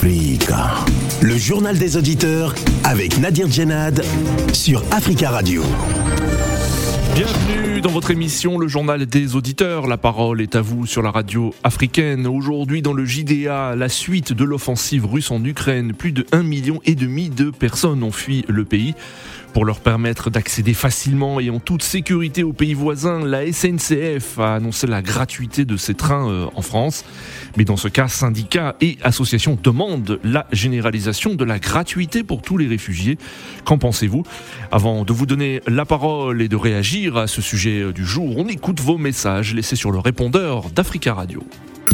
Africa. Le journal des auditeurs avec Nadir Djenad sur Africa Radio. Bienvenue dans votre émission, le journal des auditeurs. La parole est à vous sur la radio africaine. Aujourd'hui, dans le JDA, la suite de l'offensive russe en Ukraine. Plus de 1,5 million de personnes ont fui le pays. Pour leur permettre d'accéder facilement et en toute sécurité aux pays voisins, la SNCF a annoncé la gratuité de ses trains en France. Mais dans ce cas, syndicats et associations demandent la généralisation de la gratuité pour tous les réfugiés. Qu'en pensez-vous ? Avant de vous donner la parole et de réagir à ce sujet du jour, on écoute vos messages laissés sur le répondeur d'Africa Radio.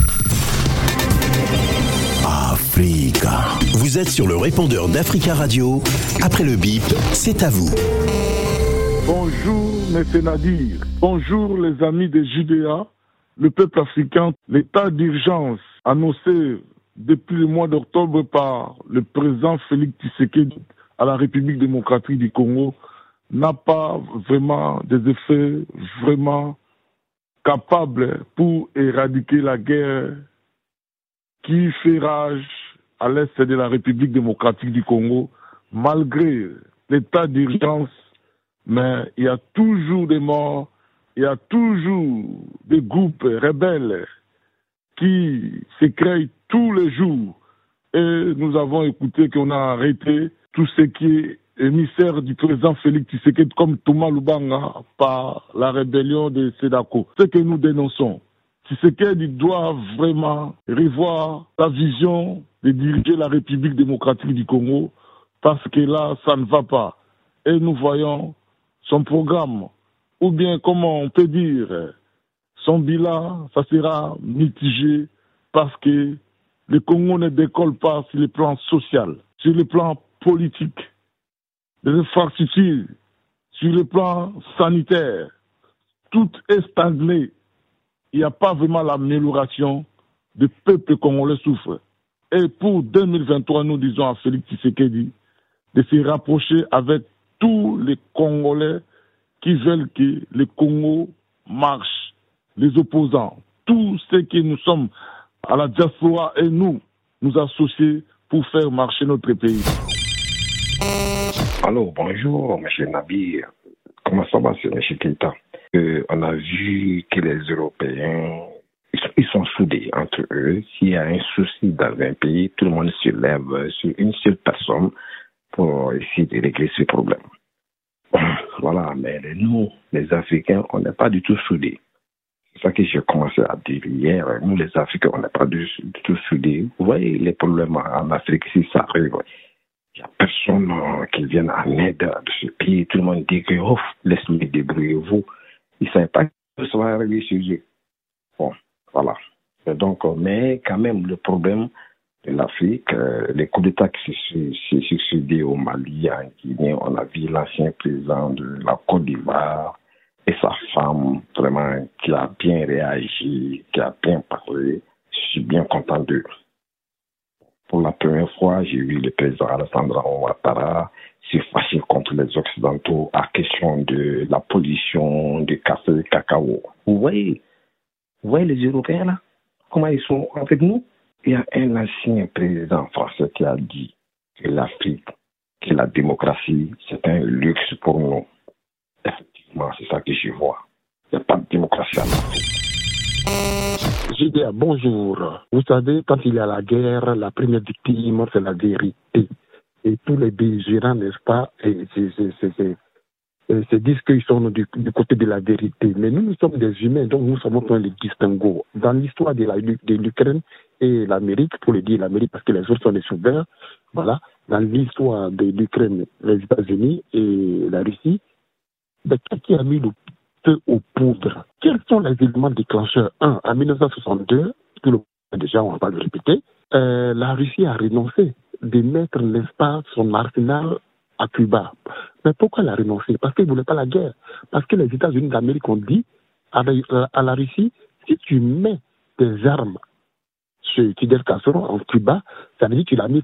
Africa. Vous êtes sur le répondeur d'Africa Radio. Après le bip, c'est à vous. Bonjour, M. Nadir. Bonjour, les amis des JDA. Le peuple africain, l'état d'urgence annoncé depuis le mois d'octobre par le président Félix Tshisekedi à la République démocratique du Congo n'a pas vraiment des effets vraiment capables pour éradiquer la guerre qui fait rage à l'est de la République démocratique du Congo, malgré l'état d'urgence, mais il y a toujours des morts, il y a toujours des groupes rebelles qui se créent tous les jours. Et nous avons écouté qu'on a arrêté tout ce qui est émissaire du président Félix Tshisekedi comme Thomas Lubanga par la rébellion de Sedako. Ce que nous dénonçons. Tshisekedi doit vraiment revoir sa vision de diriger la République démocratique du Congo parce que là, ça ne va pas. Et nous voyons son programme, ou bien, comment on peut dire, son bilan, ça sera mitigé parce que le Congo ne décolle pas sur le plan social, sur le plan politique, des infrastructures, sur le plan sanitaire. Tout est stagné. Il n'y a pas vraiment l'amélioration du peuple congolais souffre. Et pour 2023, nous disons à Félix Tshisekedi de se rapprocher avec tous les Congolais qui veulent que le Congo marche, les opposants, tous ceux qui nous sommes à la diaspora et nous associer pour faire marcher notre pays. Allô, bonjour, M. Nabi. Comment ça va, c'est M. Keïta? On a vu que les Européens, ils sont soudés entre eux. S'il y a un souci dans un pays, tout le monde se lève sur une seule personne pour essayer de régler ce problème. Voilà, mais nous, les Africains, on n'est pas du tout soudés. C'est ça que j'ai commencé à dire hier. Nous, les Africains, on n'est pas du tout soudés. Vous voyez les problèmes en Afrique, si ça arrive, il n'y a personne qui vienne en aide de ce pays. Tout le monde dit que, oh, laisse-moi débrouiller-vous. Ils ne savaient pas que ça va arriver chez eux. Bon, voilà. Et donc, mais quand même, le problème de l'Afrique, les coups d'État qui se succédaient au Mali, en Guinée, on a vu l'ancien président de la Côte d'Ivoire et sa femme, vraiment, qui a bien réagi, qui a bien parlé. Je suis bien content d'eux. Pour la première fois, j'ai vu le président Alassane Ouattara se fâcher contre les Occidentaux à question de la pollution du café et du cacao. Vous voyez les Européens là, comment ils sont avec nous? Il y a un ancien président français qui a dit que l'Afrique, que la démocratie, c'est un luxe pour nous. Effectivement, c'est ça que je vois. Il n'y a pas de démocratie en Afrique. Je dis bonjour. Vous savez, quand il y a la guerre, la première victime, c'est la vérité. Et tous les belligérants, n'est-ce pas, se disent qu'ils sont du côté de la vérité. Mais nous sommes des humains, donc nous savons faire les distinguo. Dans l'histoire de l'Ukraine et l'Amérique, pour le dire l'Amérique parce que les autres sont des souverains, voilà, dans l'histoire de l'Ukraine, les États-Unis et la Russie, qui a mis le feu aux poudres? Quels sont les éléments déclencheurs? En 1962, tout le monde déjà, on va pas le répéter, la Russie a renoncé de mettre, n'est-ce pas, son arsenal à Cuba. Mais pourquoi elle a renoncé? Parce qu'elle ne voulait pas la guerre. Parce que les États-Unis d'Amérique ont dit à la Russie, si tu mets tes armes sur Fidel Castro en Cuba, ça veut dire que tu l'as mis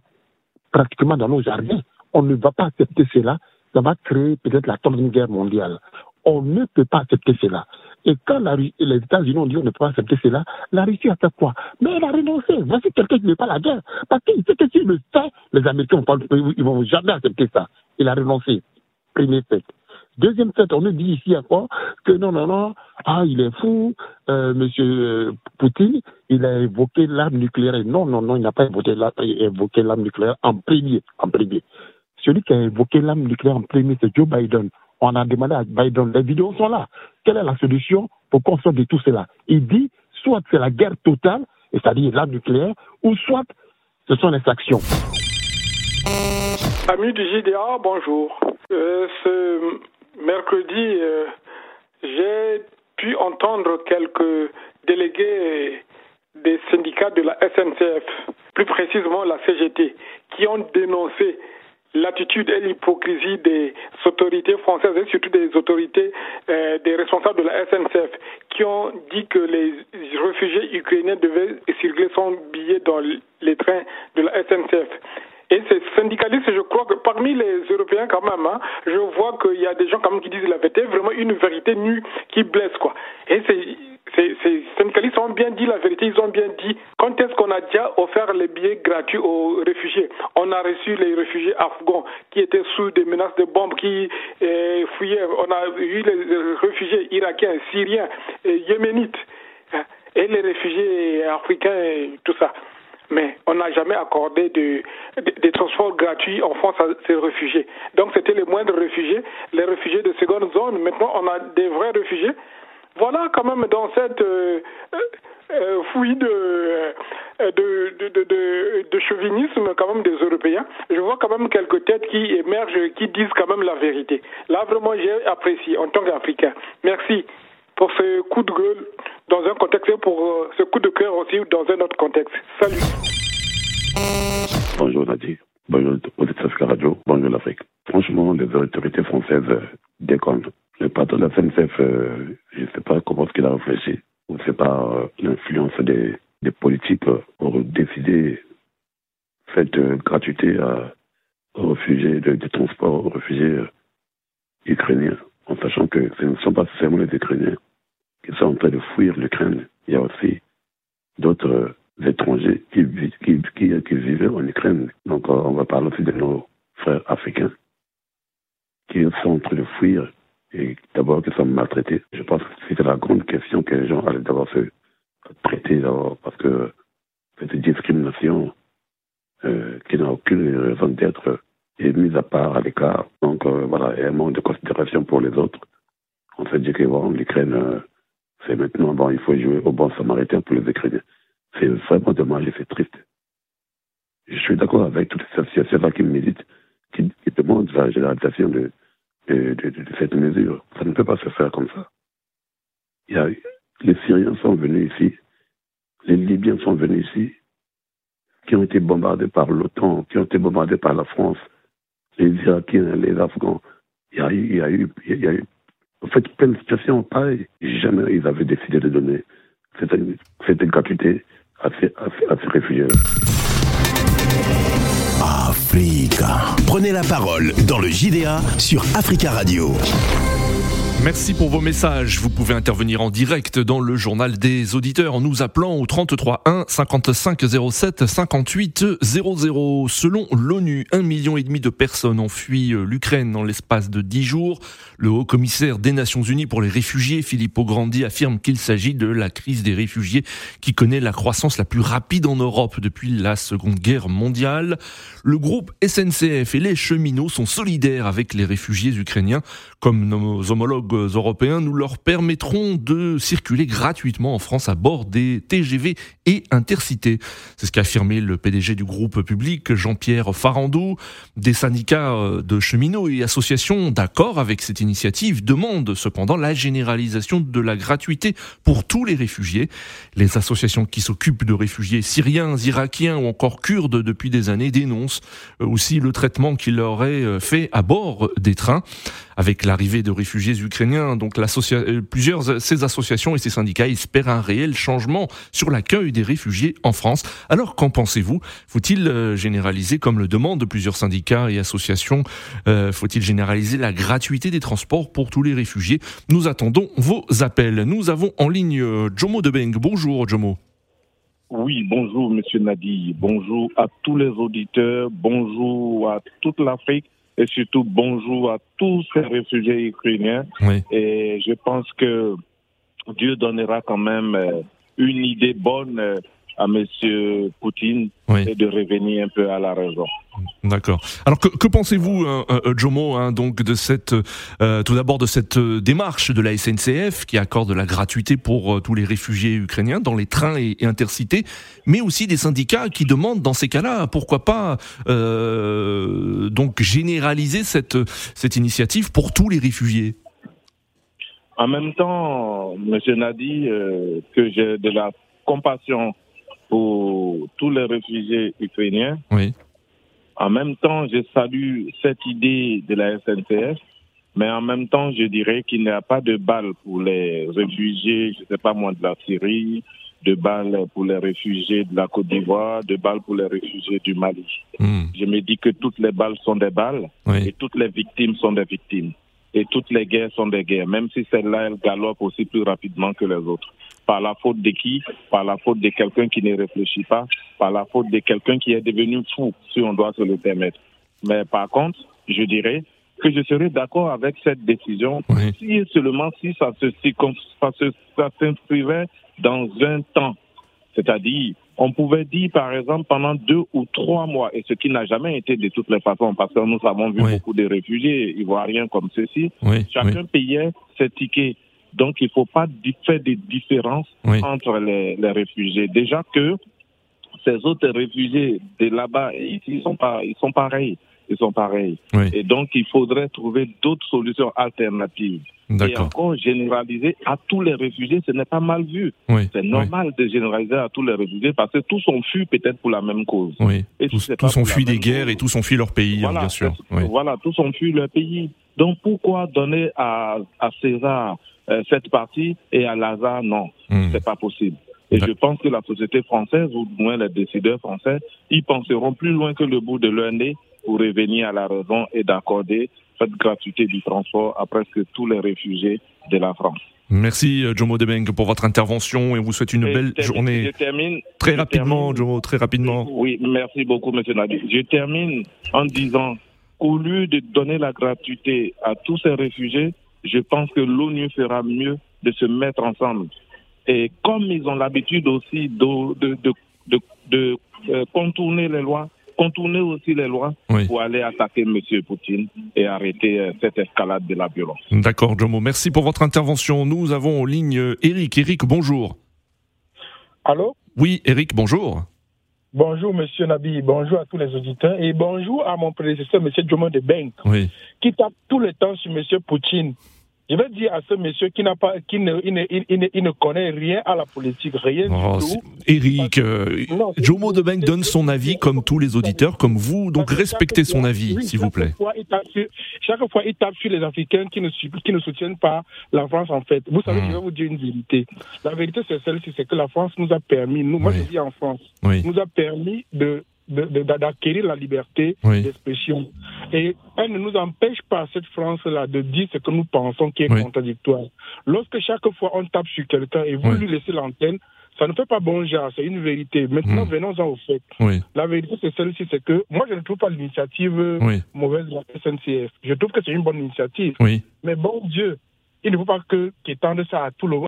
pratiquement dans nos jardins. On ne va pas accepter cela. Ça va créer peut-être la troisième guerre mondiale. On ne peut pas accepter cela. Et quand les États-Unis ont dit on ne peut pas accepter cela, la Russie a fait quoi? Mais elle a renoncé. Voici quelqu'un qui n'est pas la guerre. Parce qu'il sait que s'il le fait, les Américains ne vont jamais accepter ça. Il a renoncé. Premier fait. Deuxième fait, on nous dit ici encore que non, il est fou, monsieur Poutine, il a évoqué l'arme nucléaire. Non, il n'a pas évoqué l'arme nucléaire en premier. Celui qui a évoqué l'arme nucléaire en premier, c'est Joe Biden. On a demandé à Biden, les vidéos sont là. Quelle est la solution pour qu'on sorte de tout cela? Il dit, soit c'est la guerre totale, c'est-à-dire l'arme nucléaire, ou soit ce sont les sanctions. Amis du JDA, bonjour. Ce mercredi, j'ai pu entendre quelques délégués des syndicats de la SNCF, plus précisément la CGT, qui ont dénoncé l'attitude et l'hypocrisie des autorités françaises et surtout des autorités des responsables de la SNCF qui ont dit que les réfugiés ukrainiens devaient circuler sans billet dans les trains de la SNCF. Et ces syndicalistes, je crois que parmi les Européens quand même, je vois qu'il y a des gens quand même qui disent la vérité, vraiment une vérité nue qui blesse quoi. Et ces syndicalistes ont bien dit la vérité, ils ont bien dit quand est-ce qu'on a déjà offert les billets gratuits aux réfugiés. On a reçu les réfugiés afghans qui étaient sous des menaces de bombes, qui fuyaient. On a eu les réfugiés irakiens, syriens, yéménites et les réfugiés africains et tout ça. Mais on n'a jamais accordé des transports gratuits en France à ces réfugiés. Donc c'était les moindres réfugiés, les réfugiés de seconde zone. Maintenant on a des vrais réfugiés. Voilà quand même dans cette fouille de chauvinisme quand même des Européens, je vois quand même quelques têtes qui émergent, qui disent quand même la vérité. Là vraiment j'ai apprécié en tant qu'Africain. Merci pour ce coup de gueule dans un contexte et pour ce coup de cœur aussi dans un autre contexte. Salut. Bonjour Nadi, bonjour Africa Radio, bonjour l'Afrique. Franchement, les autorités françaises déconnent. Le patron de la SNCF, je ne sais pas comment il a réfléchi, ou c'est pas l'influence des politiques pour décider cette gratuité aux réfugiés de transport, aux réfugiés ukrainiens, en sachant que ce ne sont pas seulement les Ukrainiens qui sont en train de fuir l'Ukraine. Il y a aussi d'autres étrangers qui vivaient en Ukraine. Donc on va parler aussi de nos frères africains qui sont en train de fuir et d'abord qui sont maltraités. Je pense que c'était la grande question que les gens allaient d'abord se traiter d'abord, parce que cette discrimination qui n'a aucune raison d'être est mise à part, à l'écart. Donc voilà, et un manque de considération pour les autres. On s'est dit que bon, l'Ukraine, c'est maintenant, bon, il faut jouer au bon samaritain pour les Ukrainiens. C'est vraiment dommage et c'est triste. Je suis d'accord avec toutes ces associations-là qui militent, qui demandent la généralisation de cette mesure. Ça ne peut pas se faire comme ça. Les Syriens sont venus ici, les Libyens sont venus ici, qui ont été bombardés par l'OTAN, qui ont été bombardés par la France, les Irakiens, les Afghans. Il y a eu en fait plein de situations pareilles. Jamais ils avaient décidé de donner cette gratuité à ces réfugiés. Africa. Prenez la parole dans le JDA sur Africa Radio. Merci pour vos messages. Vous pouvez intervenir en direct dans le journal des auditeurs en nous appelant au 33 1 55 07 58 00. Selon l'ONU, 1,5 million de personnes ont fui l'Ukraine dans l'espace de 10 jours. Le haut-commissaire des Nations Unies pour les réfugiés, Filippo Grandi, affirme qu'il s'agit de la crise des réfugiés qui connaît la croissance la plus rapide en Europe depuis la Seconde Guerre mondiale. Le groupe SNCF et les cheminots sont solidaires avec les réfugiés ukrainiens. Comme nos homologues européens, nous leur permettrons de circuler gratuitement en France à bord des TGV et Intercités. C'est ce qu'a affirmé le PDG du groupe public, Jean-Pierre Farandou. Des syndicats de cheminots et associations d'accord avec cette initiative demandent cependant la généralisation de la gratuité pour tous les réfugiés. Les associations qui s'occupent de réfugiés syriens, irakiens ou encore kurdes depuis des années dénoncent aussi le traitement qui leur est fait à bord des trains. avec l'arrivée de réfugiés ukrainiens. Donc ces associations et ces syndicats espèrent un réel changement sur l'accueil des réfugiés en France. Alors qu'en pensez-vous ? Faut-il généraliser, comme le demandent plusieurs syndicats et associations, faut-il généraliser la gratuité des transports pour tous les réfugiés ? Nous attendons vos appels. Nous avons en ligne Jomo Debeng. Bonjour Jomo. Oui, bonjour Monsieur Nadi, bonjour à tous les auditeurs, bonjour à toute l'Afrique et surtout bonjour à tous ces réfugiés ukrainiens. Oui. Et je pense que Dieu donnera quand même une idée bonne à Monsieur Poutine, oui, et de revenir un peu à la raison. D'accord. Alors que pensez-vous, Jomo, donc de cette, tout d'abord de cette démarche de la SNCF qui accorde la gratuité pour tous les réfugiés ukrainiens dans les trains et intercités, mais aussi des syndicats qui demandent dans ces cas-là, pourquoi pas donc généraliser cette initiative pour tous les réfugiés. En même temps, Monsieur Nadi, que j'ai de la compassion pour tous les réfugiés ukrainiens. Oui. En même temps, je salue cette idée de la SNCF, mais en même temps, je dirais qu'il n'y a pas de balles pour les réfugiés, je ne sais pas moi, de la Syrie, de balles pour les réfugiés de la Côte d'Ivoire, de balles pour les réfugiés du Mali. Je me dis que toutes les balles sont des balles, oui, et toutes les victimes sont des victimes. Et toutes les guerres sont des guerres, même si celle-là, elle galope aussi plus rapidement que les autres. Par la faute de qui ? Par la faute de quelqu'un qui ne réfléchit pas, par la faute de quelqu'un qui est devenu fou, si on doit se le permettre. Mais par contre, je dirais que je serais d'accord avec cette décision, oui, si et seulement si ça s'inscrivait dans un temps. C'est-à-dire, on pouvait dire, par exemple, pendant 2 ou 3 mois, et ce qui n'a jamais été de toutes les façons, parce que nous avons vu beaucoup de réfugiés ivoiriens comme ceux-ci, chacun payait ses tickets. Donc, il ne faut pas faire de différence entre les réfugiés. Déjà que ces autres réfugiés de là-bas, ils sont pareils. Ils sont pareils. Oui. Et donc, il faudrait trouver d'autres solutions alternatives. D'accord. Et encore, généraliser à tous les réfugiés, ce n'est pas mal vu. Oui. C'est normal de généraliser à tous les réfugiés parce que tous ont fui peut-être pour la même cause. Oui. Et tous ont fui des guerres et tous ont fui leur pays, voilà, bien sûr. Voilà, tous ont fui leur pays. Donc, pourquoi donner à César cette partie et à Lazare, non, c'est pas possible. Et je pense que la société française, ou du moins les décideurs français, ils penseront plus loin que le bout de leur nez pour revenir à la raison et d'accorder cette gratuité du transport à presque tous les réfugiés de la France. Merci Jomo Debeng pour votre intervention et on vous souhaite une belle journée. Je termine très rapidement, Jomo, très rapidement. Oui, merci beaucoup, Monsieur Nadi. Je termine en disant qu'au lieu de donner la gratuité à tous ces réfugiés, je pense que l'ONU fera mieux de se mettre ensemble. Et comme ils ont l'habitude aussi de contourner les lois, contourner aussi les lois pour aller attaquer M. Poutine et arrêter cette escalade de la violence. D'accord, Jomo. Merci pour votre intervention. Nous avons en ligne Eric. Eric, bonjour. Allô ? Oui, Eric, bonjour. Bonjour, Monsieur Nabi. Bonjour à tous les auditeurs. Et bonjour à mon prédécesseur, M. Jomo Debeng, qui tape tout le temps sur M. Poutine. Je vais dire à ce monsieur qui ne connaît rien à la politique, rien du tout. Eric, Jomo Debeng donne son avis comme tous les auditeurs, comme vous, donc respectez son avis, s'il vous plaît. Chaque fois, il tape sur les Africains qui ne soutiennent pas la France, en fait. Vous savez, je vais vous dire une vérité. La vérité, c'est celle-ci, c'est que la France nous a permis, moi je vis en France, nous a permis d'acquérir la liberté d'expression. Et elle ne nous empêche pas, cette France-là, de dire ce que nous pensons qui est contradictoire. Lorsque chaque fois on tape sur quelqu'un et vous lui laissez l'antenne, ça ne fait pas bon genre, c'est une vérité. Maintenant, venons-en au fait. La vérité, c'est celle-ci, c'est que moi, je ne trouve pas l'initiative mauvaise de la SNCF. Je trouve que c'est une bonne initiative. Mais bon Dieu, il ne faut pas qu'étendre ça à tout le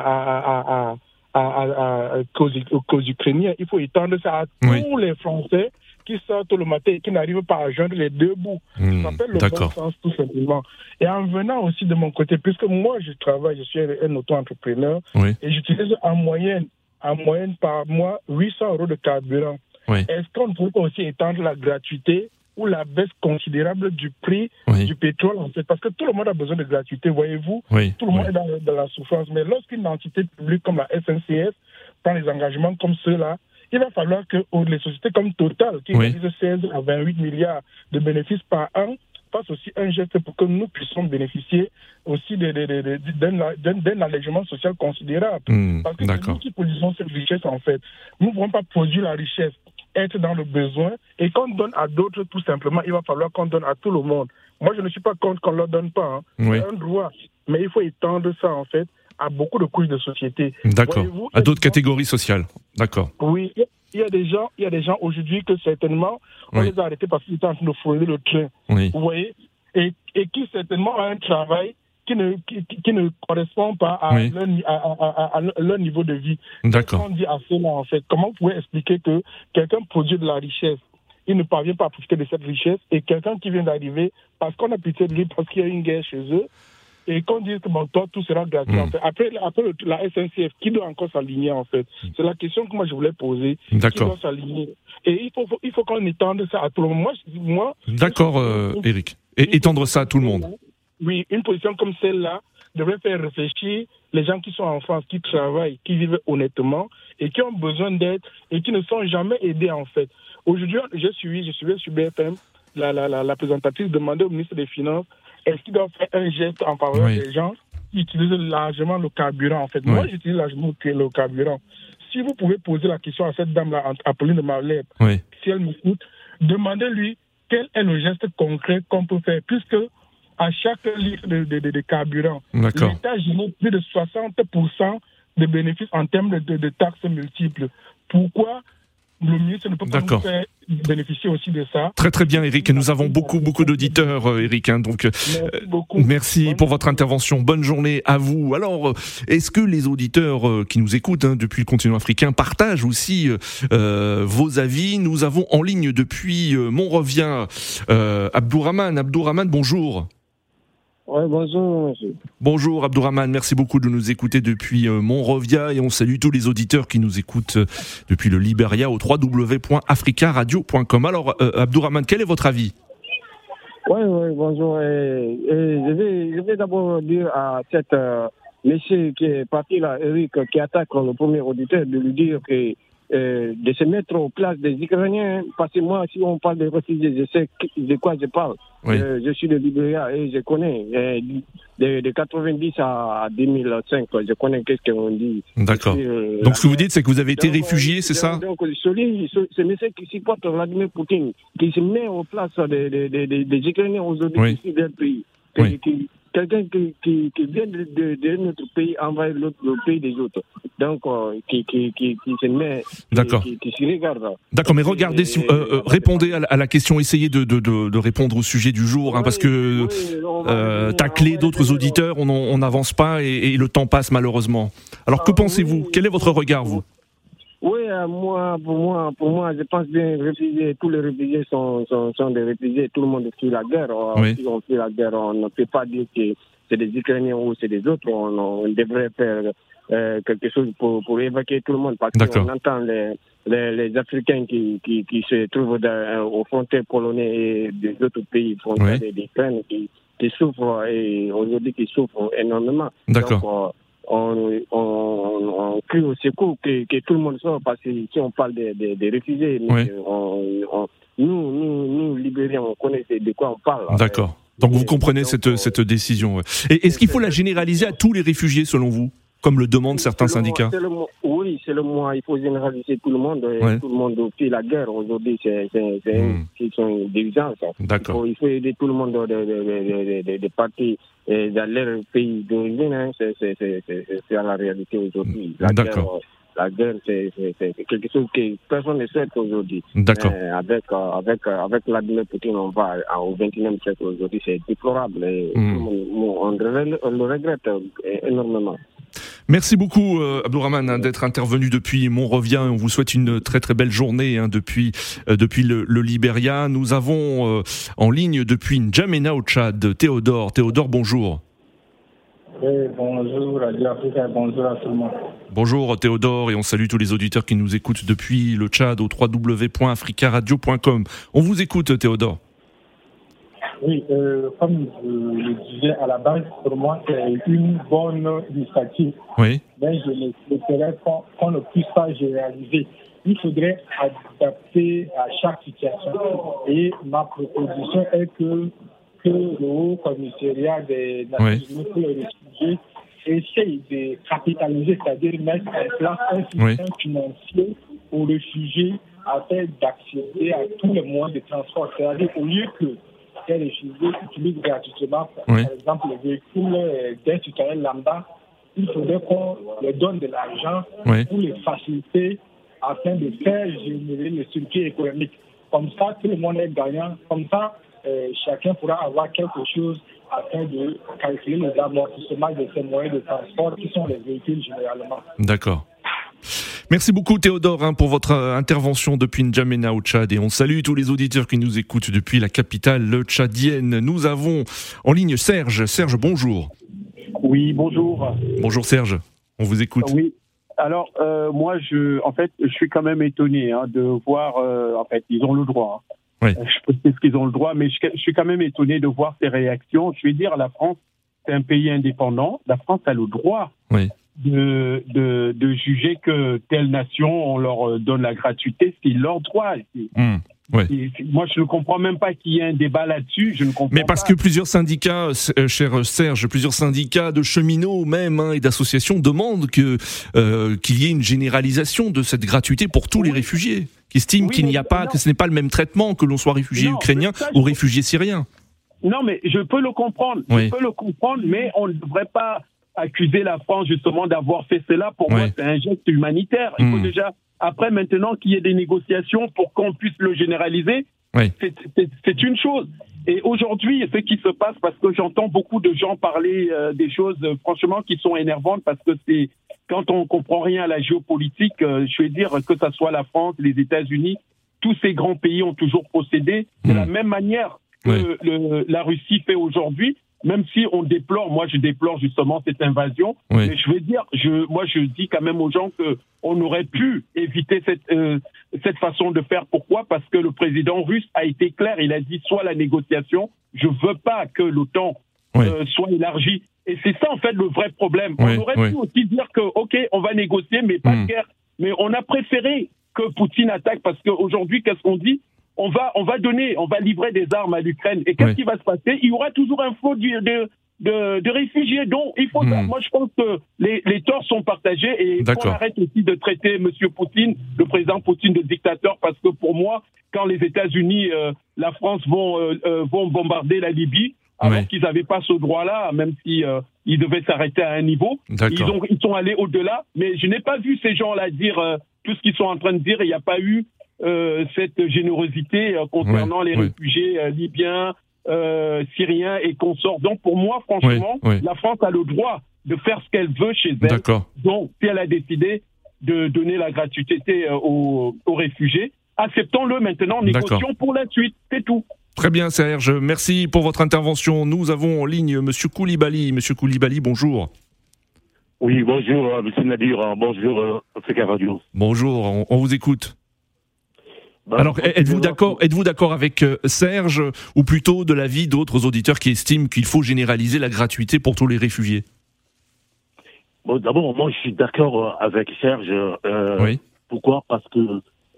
qu'aux Ukrainiens. Il faut étendre ça à tous les Français qui sortent le matin et qui n'arrivent pas à joindre les deux bouts. Ça s'appelle le bon sens, tout simplement. Et en venant aussi de mon côté, puisque moi je travaille, je suis un auto-entrepreneur, et j'utilise en moyenne par mois 800 € de carburant. Est-ce qu'on ne peut pas aussi étendre la gratuité ou la baisse considérable du prix du pétrole, en fait, parce que tout le monde a besoin de gratuité, voyez-vous, tout le monde est dans la souffrance, mais lorsqu'une entité publique comme la SNCF prend des engagements comme ceux-là, il va falloir que les sociétés comme Total, qui réalisent 16 à 28 milliards de bénéfices par an, fasse aussi un geste pour que nous puissions bénéficier aussi d'un allègement social considérable. Parce que c'est nous qui produisons cette richesse, en fait. Nous ne pouvons pas produire la richesse, être dans le besoin, et qu'on donne à d'autres, tout simplement, il va falloir qu'on donne à tout le monde. Moi, je ne suis pas contre qu'on ne leur donne pas. C'est un droit. Mais il faut étendre ça, en fait, à beaucoup de couches de société. D'accord. À d'autres catégories sociales. D'accord. Oui. Il y a des gens aujourd'hui que certainement, on les a arrêtés parce qu'ils étaient en train de frauder le train. Oui. Vous voyez, et qui certainement ont un travail qui ne correspond pas à leur niveau de vie. D'accord. Qu'est-ce qu'on dit à cela, en fait? Comment vous pouvez expliquer que quelqu'un produit de la richesse, il ne parvient pas à profiter de cette richesse, et quelqu'un qui vient d'arriver, parce qu'on a pitié de lui, parce qu'il y a une guerre chez eux, et qu'on dise que toi, tout sera gratuit, en fait. Après la SNCF, qui doit encore s'aligner, en fait? C'est la question que moi, je voulais poser. D'accord. Qui doit s'aligner? Et il faut qu'on étende ça à tout le monde. Moi, d'accord, Éric. Et étendre ça à tout le monde. Oui, une position comme celle-là devrait faire réfléchir les gens qui sont en France, qui travaillent, qui vivent honnêtement, et qui ont besoin d'aide, et qui ne sont jamais aidés, en fait. Aujourd'hui, je suivais sur BFM, la présentatrice demandait au ministre des Finances est-ce qu'il doit faire un geste en faveur des gens qui utilisent largement le carburant, en fait. Moi, j'utilise largement le carburant. Si vous pouvez poser la question à cette dame-là, Apolline de Marlène, si elle m'écoute, demandez-lui quel est le geste concret qu'on peut faire, puisque à chaque litre de carburant, l'État génère plus de 60% de bénéfices en termes de taxes multiples. Pourquoi le ministre ne peut pas nous faire bénéficier aussi de ça? Très très bien, Éric. Nous avons beaucoup d'auditeurs, Éric. Donc, merci pour votre intervention. Bonne journée à vous. Alors, est-ce que les auditeurs qui nous écoutent depuis le continent africain partagent aussi vos avis? Nous avons en ligne depuis Monrovia Abdourahmane. Abdourahmane, bonjour. Oui, bonjour, monsieur. Bonjour, Abdourahmane. Merci beaucoup de nous écouter depuis Monrovia, et on salue tous les auditeurs qui nous écoutent depuis le Libéria au www.africaradio.com. Alors, Abdourahmane, quel est votre avis? Oui, bonjour. Je vais d'abord dire à cet monsieur qui est parti là, Eric, qui attaque le premier auditeur, de lui dire que de se mettre aux places des Ukrainiens, parce que moi, si on parle des réfugiés, je sais de quoi je parle. Oui. Je suis de Libéria et je connais de 90 à 2005, je connais qu'est-ce qu'on dit. D'accord. Donc ce que vous dites, c'est que vous avez été réfugié, c'est ça? Donc ce monsieur qui supporte Vladimir Poutine, qui se met aux places des Ukrainiens aujourd'hui ici d'un pays. Quelqu'un qui vient de notre pays envahir le pays des autres. Donc, qui se met, qui se regarde. D'accord, mais regardez, répondez à la question, essayez de répondre au sujet du jour, parce que tacler d'autres auditeurs, on n'avance pas et le temps passe malheureusement. Alors que pensez-vous? Quel est votre regard, vous? Oui, pour moi, je pense bien tous les réfugiés sont des réfugiés. Tout le monde fuit la guerre. Si on fuit la guerre, on ne peut pas dire que c'est des Ukrainiens ou c'est des autres. On devrait faire quelque chose pour évacuer tout le monde, parce qu'on entend les Africains qui se trouvent aux frontières polonais et des autres pays frontières d'Ukraine qui souffrent, et aujourd'hui qui souffrent énormément. D'accord. Donc, on crie au secours que tout le monde sort, parce que si on parle des réfugiés, nous Libériens, on connaît de quoi on parle. D'accord. Donc vous comprenez cette décision. Et est-ce qu'il faut la généraliser à tous les réfugiés, selon vous, comme le demandent certains syndicats? Oui, c'est le mot. Il faut généraliser tout le monde. Tout le monde fait la guerre. Aujourd'hui, c'est une question d'urgence. D'accord. Il faut aider tout le monde de partir dans leur pays d'origine. C'est la réalité aujourd'hui. La guerre, c'est quelque chose que personne ne souhaite aujourd'hui. D'accord. Avec Vladimir Poutine, on va au XXIe siècle aujourd'hui. C'est déplorable. Et on le regrette énormément. Merci beaucoup, Abdourahmane, d'être intervenu depuis Monrovia. On vous souhaite une très très belle journée depuis le Libéria. Nous avons en ligne depuis N'Djamena au Tchad Théodore. Théodore, bonjour. Oui, bonjour Radio Africa, bonjour à tout le monde. Bonjour Théodore, et on salue tous les auditeurs qui nous écoutent depuis le Tchad au www.africaradio.com. On vous écoute, Théodore. Oui, comme je le disais à la base, pour moi, c'est une bonne initiative. Oui. Mais je ne souhaiterais qu'on ne puisse pas généraliser. Il faudrait adapter à chaque situation. Et ma proposition est que que le Haut Commissariat des Nations Unies pour les réfugiés essaye de capitaliser, c'est-à-dire mettre en place un système financier aux réfugiés afin d'accéder à tous les moyens de transport. C'est-à-dire au lieu que les réfugiés utilisent gratuitement, par exemple, les véhicules d'un citoyen lambda, il faudrait qu'on leur donne de l'argent pour les faciliter afin de faire générer le circuit économique. Comme ça, tout le monde est gagnant. Comme ça, chacun pourra avoir quelque chose afin de calculer les amortissements de ces moyens de transport qui sont les véhicules généralement. D'accord. Merci beaucoup Théodore pour votre intervention depuis N'Djamena au Tchad et on salue tous les auditeurs qui nous écoutent depuis la capitale tchadienne. Nous avons en ligne Serge. Serge, bonjour. Oui, bonjour. Bonjour Serge, on vous écoute. Oui. Alors, moi, je suis quand même étonné de voir, ils ont le droit. Je pense qu'ils ont le droit, mais je suis quand même étonné de voir ces réactions. Je vais dire, la France, c'est un pays indépendant. La France a le droit de juger que telle nation, on leur donne la gratuité, c'est leur droit. Moi, je ne comprends même pas qu'il y ait un débat là-dessus. Mais parce que plusieurs syndicats, cher Serge, plusieurs syndicats de cheminots même et d'associations demandent qu'il y ait une généralisation de cette gratuité pour tous les réfugiés, qui estiment que ce n'est pas le même traitement que l'on soit réfugié ukrainien ou réfugié syrien. Non, mais je peux le comprendre. Mais on ne devrait pas accuser la France justement d'avoir fait cela. Pour moi, c'est un geste humanitaire. Il faut déjà, après maintenant qu'il y ait des négociations pour qu'on puisse le généraliser, c'est une chose. Et aujourd'hui, ce qui se passe, parce que j'entends beaucoup de gens parler des choses franchement qui sont énervantes, parce que c'est quand on comprend rien à la géopolitique, je vais dire que ça soit la France, les États-Unis, tous ces grands pays ont toujours procédé de la même manière que la Russie fait aujourd'hui. Même si on déplore, moi je déplore justement cette invasion, mais je veux dire, je dis quand même aux gens que on aurait pu éviter cette façon de faire. Pourquoi ? Parce que le président russe a été clair, il a dit soit la négociation, je veux pas que l'OTAN soit élargie. Et c'est ça en fait le vrai problème. On aurait pu aussi dire que ok, on va négocier, mais pas de guerre. Mais on a préféré que Poutine attaque parce qu'aujourd'hui, qu'est-ce qu'on dit ? On va livrer des armes à l'Ukraine. Et qu'est-ce qui va se passer ? Il y aura toujours un flot de réfugiés. Donc, il faut moi, je pense que les torts sont partagés et qu'on arrête aussi de traiter Monsieur Poutine, le président Poutine, de dictateur, parce que pour moi, quand les États-Unis, la France vont bombarder la Libye, alors qu'ils n'avaient pas ce droit-là, même si ils devaient s'arrêter à un niveau, ils sont allés au-delà. Mais je n'ai pas vu ces gens-là dire tout ce qu'ils sont en train de dire. Il n'y a pas eu cette générosité concernant les réfugiés libyens, syriens et consorts. Donc pour moi, franchement, la France a le droit de faire ce qu'elle veut chez elle. Donc si elle a décidé de donner la gratuité aux réfugiés, acceptons-le maintenant, négocions pour la suite, c'est tout. Très bien Serge, merci pour votre intervention. Nous avons en ligne Monsieur Koulibaly. Monsieur Koulibaly, bonjour. Oui, bonjour Monsieur Nadir, bonjour Africa Radio. Bonjour, on vous écoute. Alors, êtes-vous d'accord avec Serge, ou plutôt de l'avis d'autres auditeurs qui estiment qu'il faut généraliser la gratuité pour tous les réfugiés ? Bon, d'abord, moi, je suis d'accord avec Serge. Pourquoi ? Parce que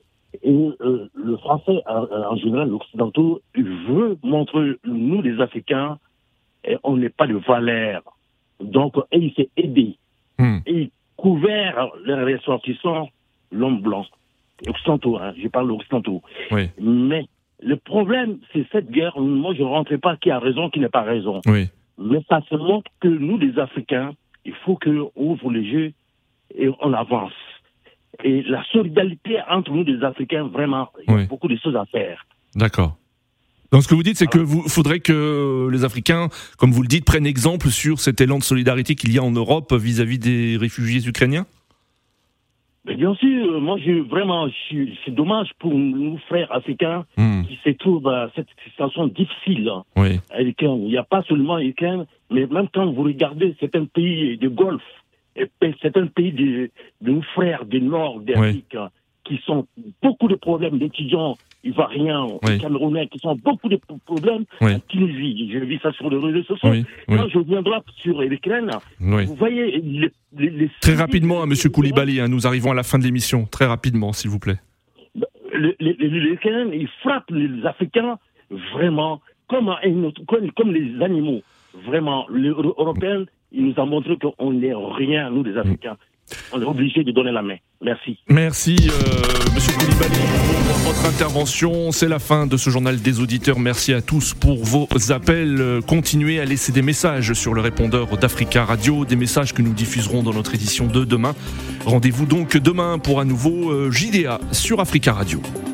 le français, en général, l'occidentaux, veut montrer, nous, les Africains, on n'est pas de valeur. Donc, il s'est aidé. Et couvert les ressortissants, l'homme blanc. Occidentaux, je parle occidentaux. Mais le problème, c'est cette guerre. Moi, je ne rentrerai pas qui a raison, qui n'a pas raison. Mais ça se montre que nous, les Africains, il faut qu'on ouvre les yeux et on avance. Et la solidarité entre nous, les Africains, vraiment, il y a beaucoup de choses à faire. D'accord. Donc, ce que vous dites, c'est qu'il faudrait que les Africains, comme vous le dites, prennent exemple sur cet élan de solidarité qu'il y a en Europe vis-à-vis des réfugiés ukrainiens ? Mais bien sûr, moi, c'est dommage pour nos frères africains qui se trouvent à cette situation difficile. Il n'y a pas seulement l'Ukraine, mais même quand vous regardez, c'est un pays de Golfe, et c'est un pays de nos frères du nord d'Afrique qui sont beaucoup de problèmes d'étudiants ivoiriens, camerounais, qui sont beaucoup de problèmes en Tunisie. Je vis ça sur les réseaux sociaux. Quand je viendrai sur l'Ukraine, vous voyez... Très rapidement, Monsieur Koulibaly, nous arrivons à la fin de l'émission. Très rapidement, s'il vous plaît. L'Ukraine, il frappe les Africains vraiment comme les animaux. Vraiment, l'Européen, il nous a montré qu'on n'est rien, nous les Africains. On est obligé de donner la main. Merci. Merci, Monsieur Koulibaly, pour votre intervention. C'est la fin de ce journal des auditeurs. Merci à tous pour vos appels. Continuez à laisser des messages sur le répondeur d'Africa Radio, des messages que nous diffuserons dans notre édition de demain. Rendez-vous donc demain pour un nouveau JDA sur Africa Radio.